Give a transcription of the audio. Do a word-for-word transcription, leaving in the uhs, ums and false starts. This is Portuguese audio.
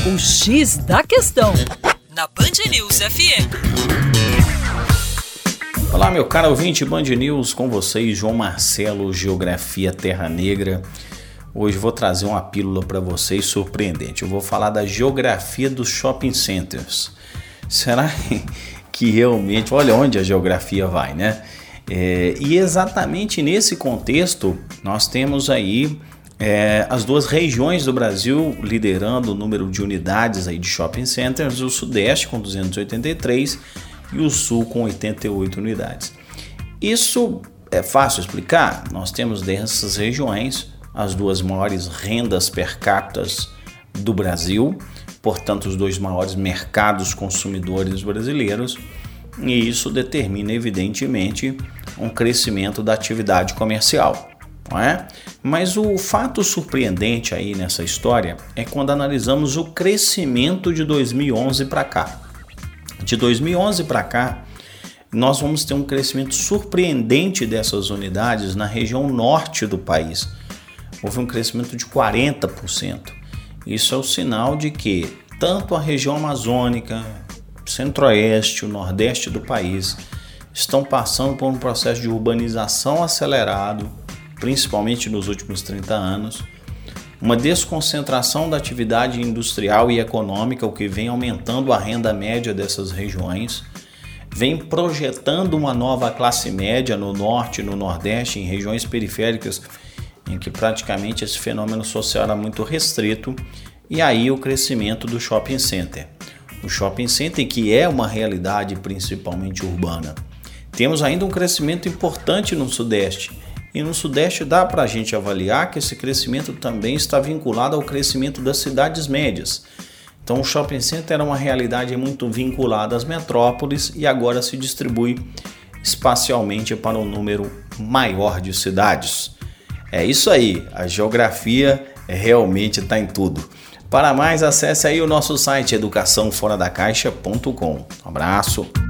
O X da Questão, na Band News F M. Olá, meu caro ouvinte Band News, com vocês, João Marcelo, Geografia Terra Negra. Hoje vou trazer uma pílula para vocês surpreendente. Eu vou falar da geografia dos shopping centers. Será que realmente, olha onde a geografia vai, né? É, e exatamente nesse contexto, nós temos aí é, as duas regiões do Brasil liderando o número de unidades aí de shopping centers, o Sudeste com duzentos e oitenta e três e o Sul com oitenta e oito unidades. Isso é fácil explicar. Nós temos dessas regiões as duas maiores rendas per capita do Brasil, portanto os dois maiores mercados consumidores brasileiros, e isso determina evidentemente um crescimento da atividade comercial, não é? Mas o fato surpreendente aí nessa história é quando analisamos o crescimento de dois mil e onze para cá. De dois mil e onze para cá, nós vamos ter um crescimento surpreendente dessas unidades na região norte do país. Houve um crescimento de quarenta por cento. Isso é o sinal de que tanto a região amazônica, centro-oeste, o nordeste do país estão passando por um processo de urbanização acelerado, principalmente nos últimos trinta anos, uma desconcentração da atividade industrial e econômica, o que vem aumentando a renda média dessas regiões, vem projetando uma nova classe média no norte e no nordeste, em regiões periféricas, em que praticamente esse fenômeno social era muito restrito, e aí o crescimento do shopping center. O shopping center, que é uma realidade principalmente urbana. Temos ainda um crescimento importante no Sudeste, e no Sudeste dá para a gente avaliar que esse crescimento também está vinculado ao crescimento das cidades médias. Então o shopping center era uma realidade muito vinculada às metrópoles e agora se distribui espacialmente para um número maior de cidades. É isso aí, a geografia realmente está em tudo. Para mais, acesse aí o nosso site educação fora da caixa ponto com. Um abraço.